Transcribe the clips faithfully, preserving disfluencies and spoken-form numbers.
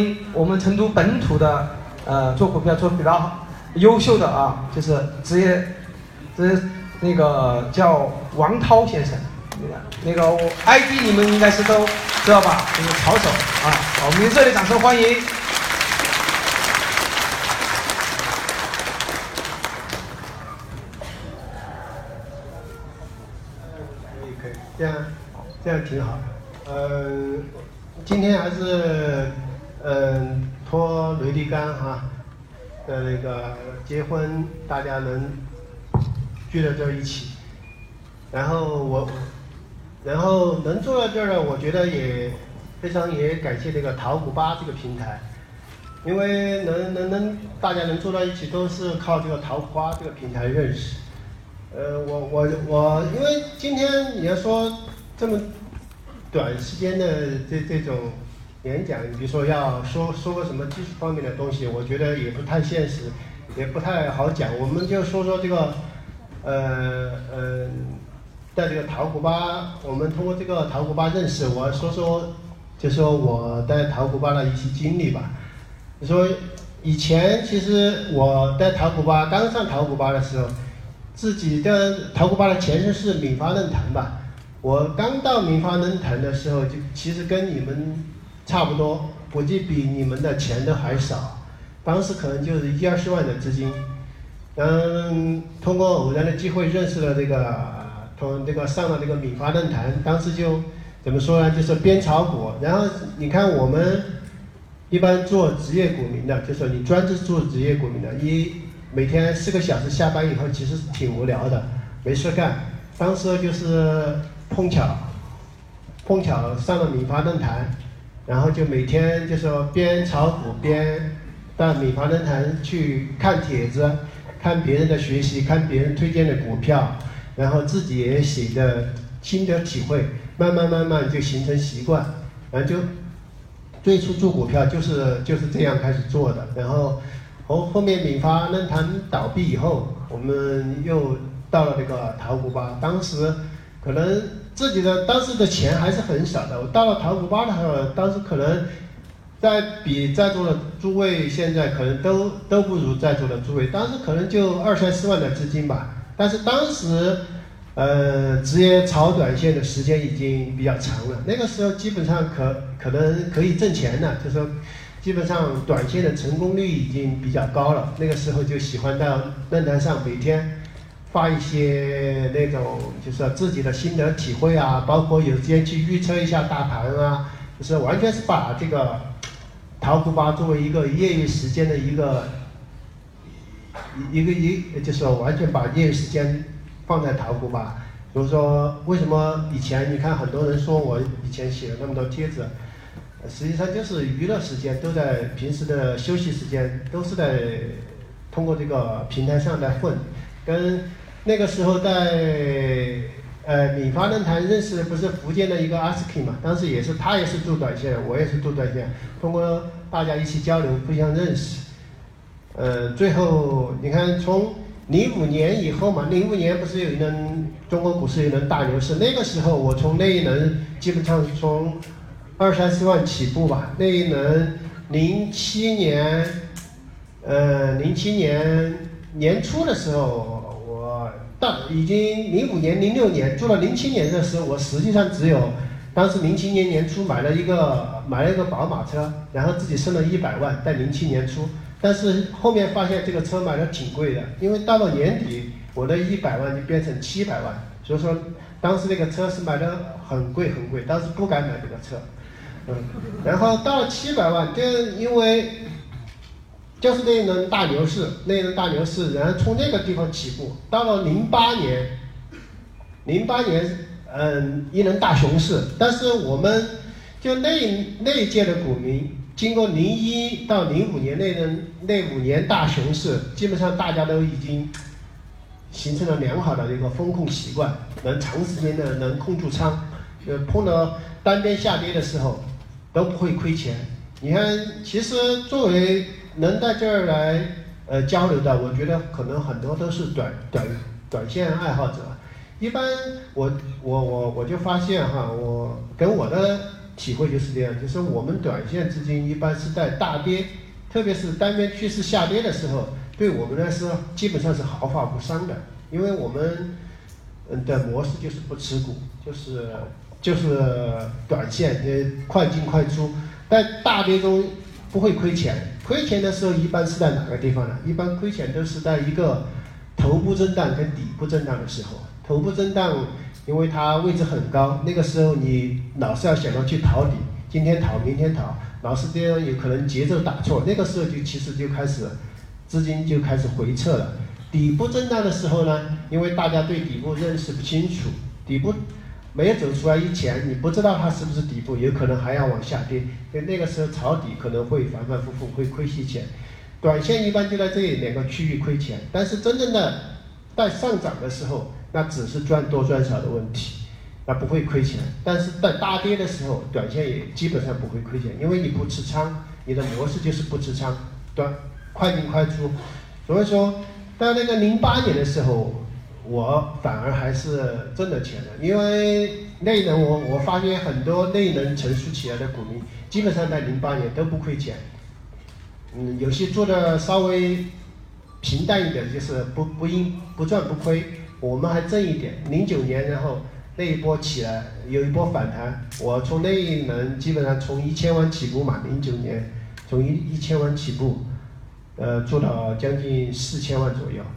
我们成都本土的呃做股票做比较优秀的啊，就是职业，这那个叫王涛先生，那个我 I D 你们应该是都知道吧？这个曹手啊，我们热烈掌声欢迎。 可以可以，这样这样挺好。嗯、呃，今天还是嗯托雷迪干哈的那个结婚，大家能聚到这儿一起，然后我，然后能坐到这儿呢，我觉得也非常也感谢这个淘股吧这个平台，因为能能能大家能坐到一起，都是靠这个淘股吧这个平台认识。呃，我我我，因为今天你要说这么短时间的这这种演讲，比如说要说说个什么技术方面的东西，我觉得也不太现实，也不太好讲。我们就说说这个，呃呃，在这个淘股吧，我们通过这个淘股吧认识，我说说，就说我在淘股吧的一些经历吧。就说以前其实我在淘股吧刚上淘股吧的时候。自己的淘股吧的前身是民发论坛吧，我刚到民发论坛的时候，就其实跟你们差不多，估计比你们的钱都还少，当时可能就是一二十万的资金，嗯，通过偶然的机会认识了这个，从这个上了这个民发论坛，当时就怎么说呢，就是边炒股，然后你看我们一般做职业股民的，就是你专职做职业股民的，一。每天四个小时下班以后，其实挺无聊的，没事干。当时就是碰巧，碰巧上了民发论坛，然后就每天就说边炒股边到民发论坛去看帖子，看别人的学习，看别人推荐的股票，然后自己也写的心得体会，慢慢慢慢就形成习惯，然后就最初做股票就是就是这样开始做的，然后。后后面民发论坛倒闭以后，我们又到了这个淘股吧。当时可能自己的当时的钱还是很少的。我到了淘股吧的时候，当时可能在比在座的诸位现在可能都都不如在座的诸位。当时可能就二三十万的资金吧。但是当时呃职业炒短线的时间已经比较长了。那个时候基本上可可能可以挣钱了，就是说。基本上短线的成功率已经比较高了，那个时候就喜欢到论坛上每天发一些那种就是自己的心得体会啊，包括有时间去预测一下大盘啊，就是完全是把这个淘股吧作为一个业余时间的一个一个一就是完全把业余时间放在淘股吧。比如说为什么以前你看很多人说我以前写了那么多帖子。实际上就是娱乐时间都在平时的休息时间都是在通过这个平台上在混，跟那个时候在呃民发论坛认识的不是福建的一个阿斯 K 嘛，当时也是他也是做短线，我也是做短线，通过大家一起交流，互相认识，呃，最后你看从零五年以后嘛，零五年不是有一轮中国股市有一轮大牛市，那个时候我从那一轮基本上从二三十万起步吧，那一轮零七年，呃，零七年年初的时候，我到已经零五年、零六年做到零七年的时候，我实际上只有当时零七年年初买了一个买了一个宝马车，然后自己剩了一百万，在零七年初，但是后面发现这个车买的挺贵的，因为到了年底，我的一百万就变成七百万，所以说当时那个车是买的很贵很贵，当时不敢买这个车。嗯，然后到了七百万，就因为就是那一轮大牛市，那一轮大牛市，然后从那个地方起步，到了零八年，零八年，嗯，一轮大熊市，但是我们就那那一届的股民，经过零一到零五年那轮那五年大熊市，基本上大家都已经形成了良好的一个风控习惯，能长时间的能控住仓，呃，碰到单边下跌的时候。都不会亏钱。你看，其实作为能在这儿来呃交流的，我觉得可能很多都是短短短线爱好者。一般我我我我就发现哈，我跟我的体会就是这样，就是我们短线资金一般是在大跌，特别是单边趋势下跌的时候，对我们来说基本上是毫发无伤的，因为我们的模式就是不持股，就是就是短线，也快进快出，在大跌中不会亏钱。亏钱的时候一般是在哪个地方呢？一般亏钱都是在一个头部震荡跟底部震荡的时候。头部震荡，因为它位置很高，那个时候你老是要想要去逃底，今天逃明天逃，老是这样有可能节奏打错，那个时候就其实就开始资金就开始回撤了。底部震荡的时候呢，因为大家对底部认识不清楚，底部没有走出来以前，你不知道它是不是底部，有可能还要往下跌，所以那个时候抄底可能会反反复复，会亏些钱。短线一般就在这两个区域亏钱，但是真正的在上涨的时候，那只是赚多赚少的问题，那不会亏钱。但是在大跌的时候，短线也基本上不会亏钱，因为你不持仓，你的模式就是不持仓，短快进快出。所以说，在那个零八年的时候，我反而还是挣了钱的，因为内能我我发现很多内能成熟起来的股民，基本上在零八年都不亏钱。嗯，有些做的稍微平淡一点，就是不不应不赚不亏，我们还挣一点。零九年然后那一波起来，有一波反弹，我从内能基本上从一千万起步嘛，零九年从一一千万起步，呃，做到将近四千万左右。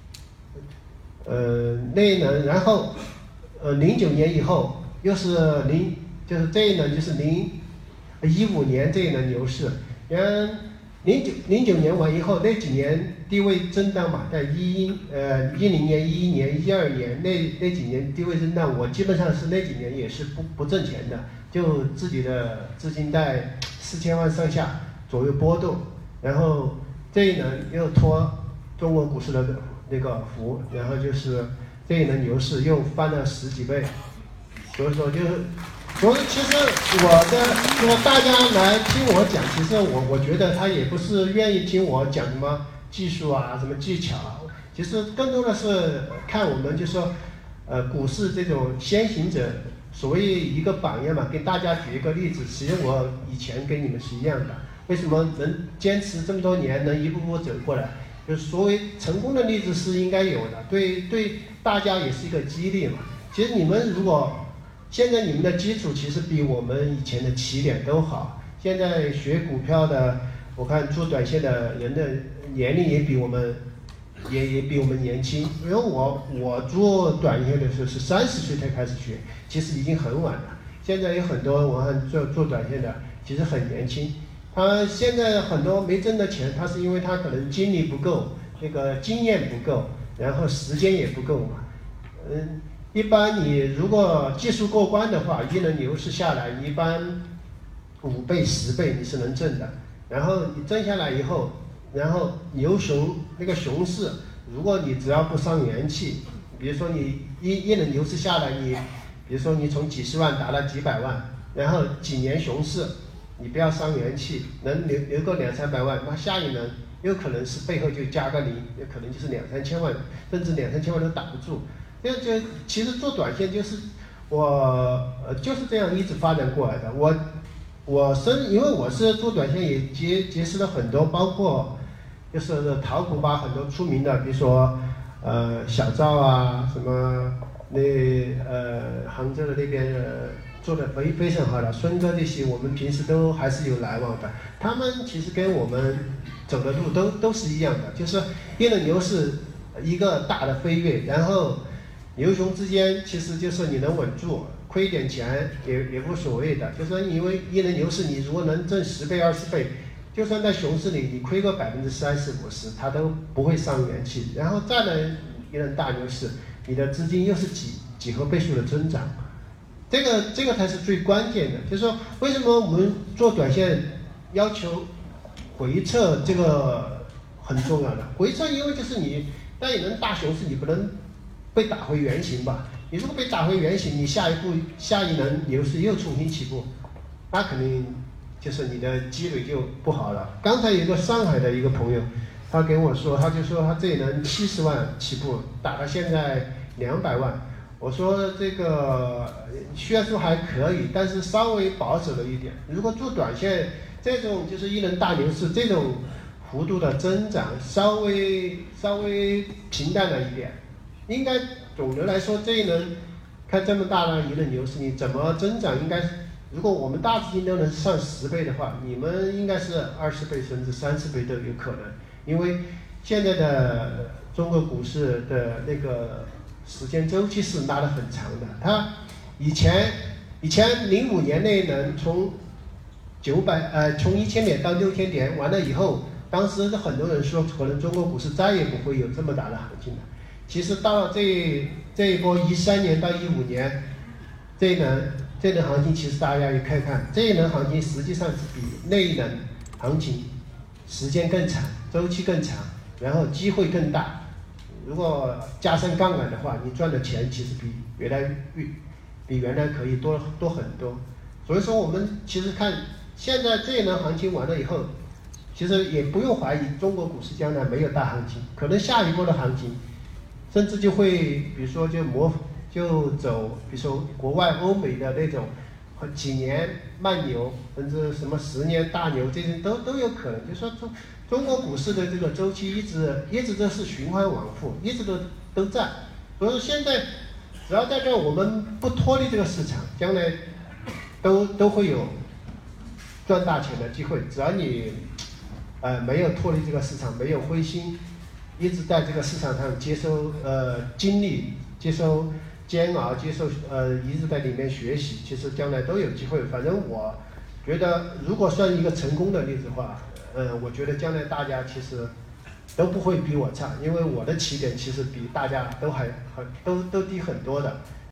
呃，内能，然后，呃，零九年以后又是零，就是这一轮就是零一五年这一轮牛市，然零九零九年完以后那几年低位震荡嘛，在一一呃一零年、一一年、一二年那那几年低位震荡，我基本上是那几年也是不不挣钱的，就自己的资金在四千万上下左右波动，然后这一轮又托中国股市的那个福，然后就是这一轮牛市又翻了十几倍，所以说就是，所以其实我的就是大家来听我讲，其实我我觉得他也不是愿意听我讲什么技术啊、什么技巧啊，其实更多的是看我们就说，呃，股市这种先行者，所谓一个榜样嘛，给大家举一个例子。其实我以前跟你们是一样的，为什么能坚持这么多年，能一步步走过来？就是所谓成功的例子是应该有的，对对，大家也是一个激励嘛。其实你们如果现在你们的基础其实比我们以前的起点都好，现在学股票的，我看做短线的人的年龄也比我们也也比我们年轻。因为我我做短线的时候是三十岁才开始学，其实已经很晚了。现在有很多我看做做短线的其实很年轻。他现在很多没挣的钱，他是因为他可能精力不够，那个经验不够，然后时间也不够嘛。嗯，一般你如果技术过关的话，一轮牛市下来，一般五倍、十倍你是能挣的。然后你挣下来以后，然后牛熊那个熊市，如果你只要不伤元气，比如说你一一轮牛市下来，你比如说你从几十万达到几百万，然后几年熊市。你不要伤元气，能留留个两三百万，那下一轮有可能是背后就加个零，有可能就是两三千万，甚至两三千万都挡不住。这样就其实做短线就是我呃就是这样一直发展过来的。我我身因为我是做短线也结结识了很多，包括就是淘股吧很多出名的，比如说呃小赵啊，什么那呃杭州的那边。呃做的非非常好的，孙哥这些我们平时都还是有来往的。他们其实跟我们走的路都都是一样的，就是一轮牛市一个大的飞跃，然后牛熊之间其实就是你能稳住，亏点钱也也无所谓的。就说因为一轮牛市你如果能挣十倍二十倍，就算在熊市里你亏个百分之三十五十，它都不会伤元气。然后再来一轮大牛市，你的资金又是几几何倍数的增长。这个这个才是最关键的，就是说为什么我们做短线要求回撤，这个很重要的。回撤因为就是你在一轮大熊市你不能被打回原形吧，你如果被打回原形，你下一步下一轮牛市又重新起步，那肯定就是你的积累就不好了。刚才有一个上海的一个朋友，他跟我说，他就说他这一轮七十万起步，打到现在两百万。 我说这个虽然说还可以，但是稍微保守了一点。如果做短线，这种就是一轮大牛市这种幅度的增长，稍微稍微平淡了一点。应该总的来说，这一轮看这么大的一轮牛市，你怎么增长？应该如果我们大资金都能上十倍的话，你们应该是二十倍甚至三十倍都有可能。因为现在的中国股市的那个时间周期是拉得很长的，它以前以前零五年那一轮从九百呃从一千点到六千点完了以后，当时很多人说可能中国股市再也不会有这么大的行情了。其实到了这这一波一三年到一五年这一轮这一轮行情，其实大家也看看，这一轮行情实际上是比那一轮行情时间更长，周期更长，然后机会更大。如果加上杠杆的话，你赚的钱其实比原来比比原来可以多多很多。所以说我们其实看现在这一轮行情完了以后，其实也不用怀疑中国股市将来没有大行情，可能下一波的行情甚至就会比如说就模就走比如说国外欧美的那种几年慢牛，甚至什么十年大牛，这些都都有可能。就是说中中国股市的这个周期一直一直都是循环往复，一直都都在。所以说现在只要在这我们不脱离这个市场，将来都都会有赚大钱的机会。只要你呃没有脱离这个市场，没有灰心，一直在这个市场上接收呃经历，接收煎熬，接受呃一直在里面学习，其实将来都有机会。反正我觉得，如果算一个成功的例子的话，呃，我觉得将来大家其实都不会比我差，因为我的起点其实比大家都还很都都低很多的。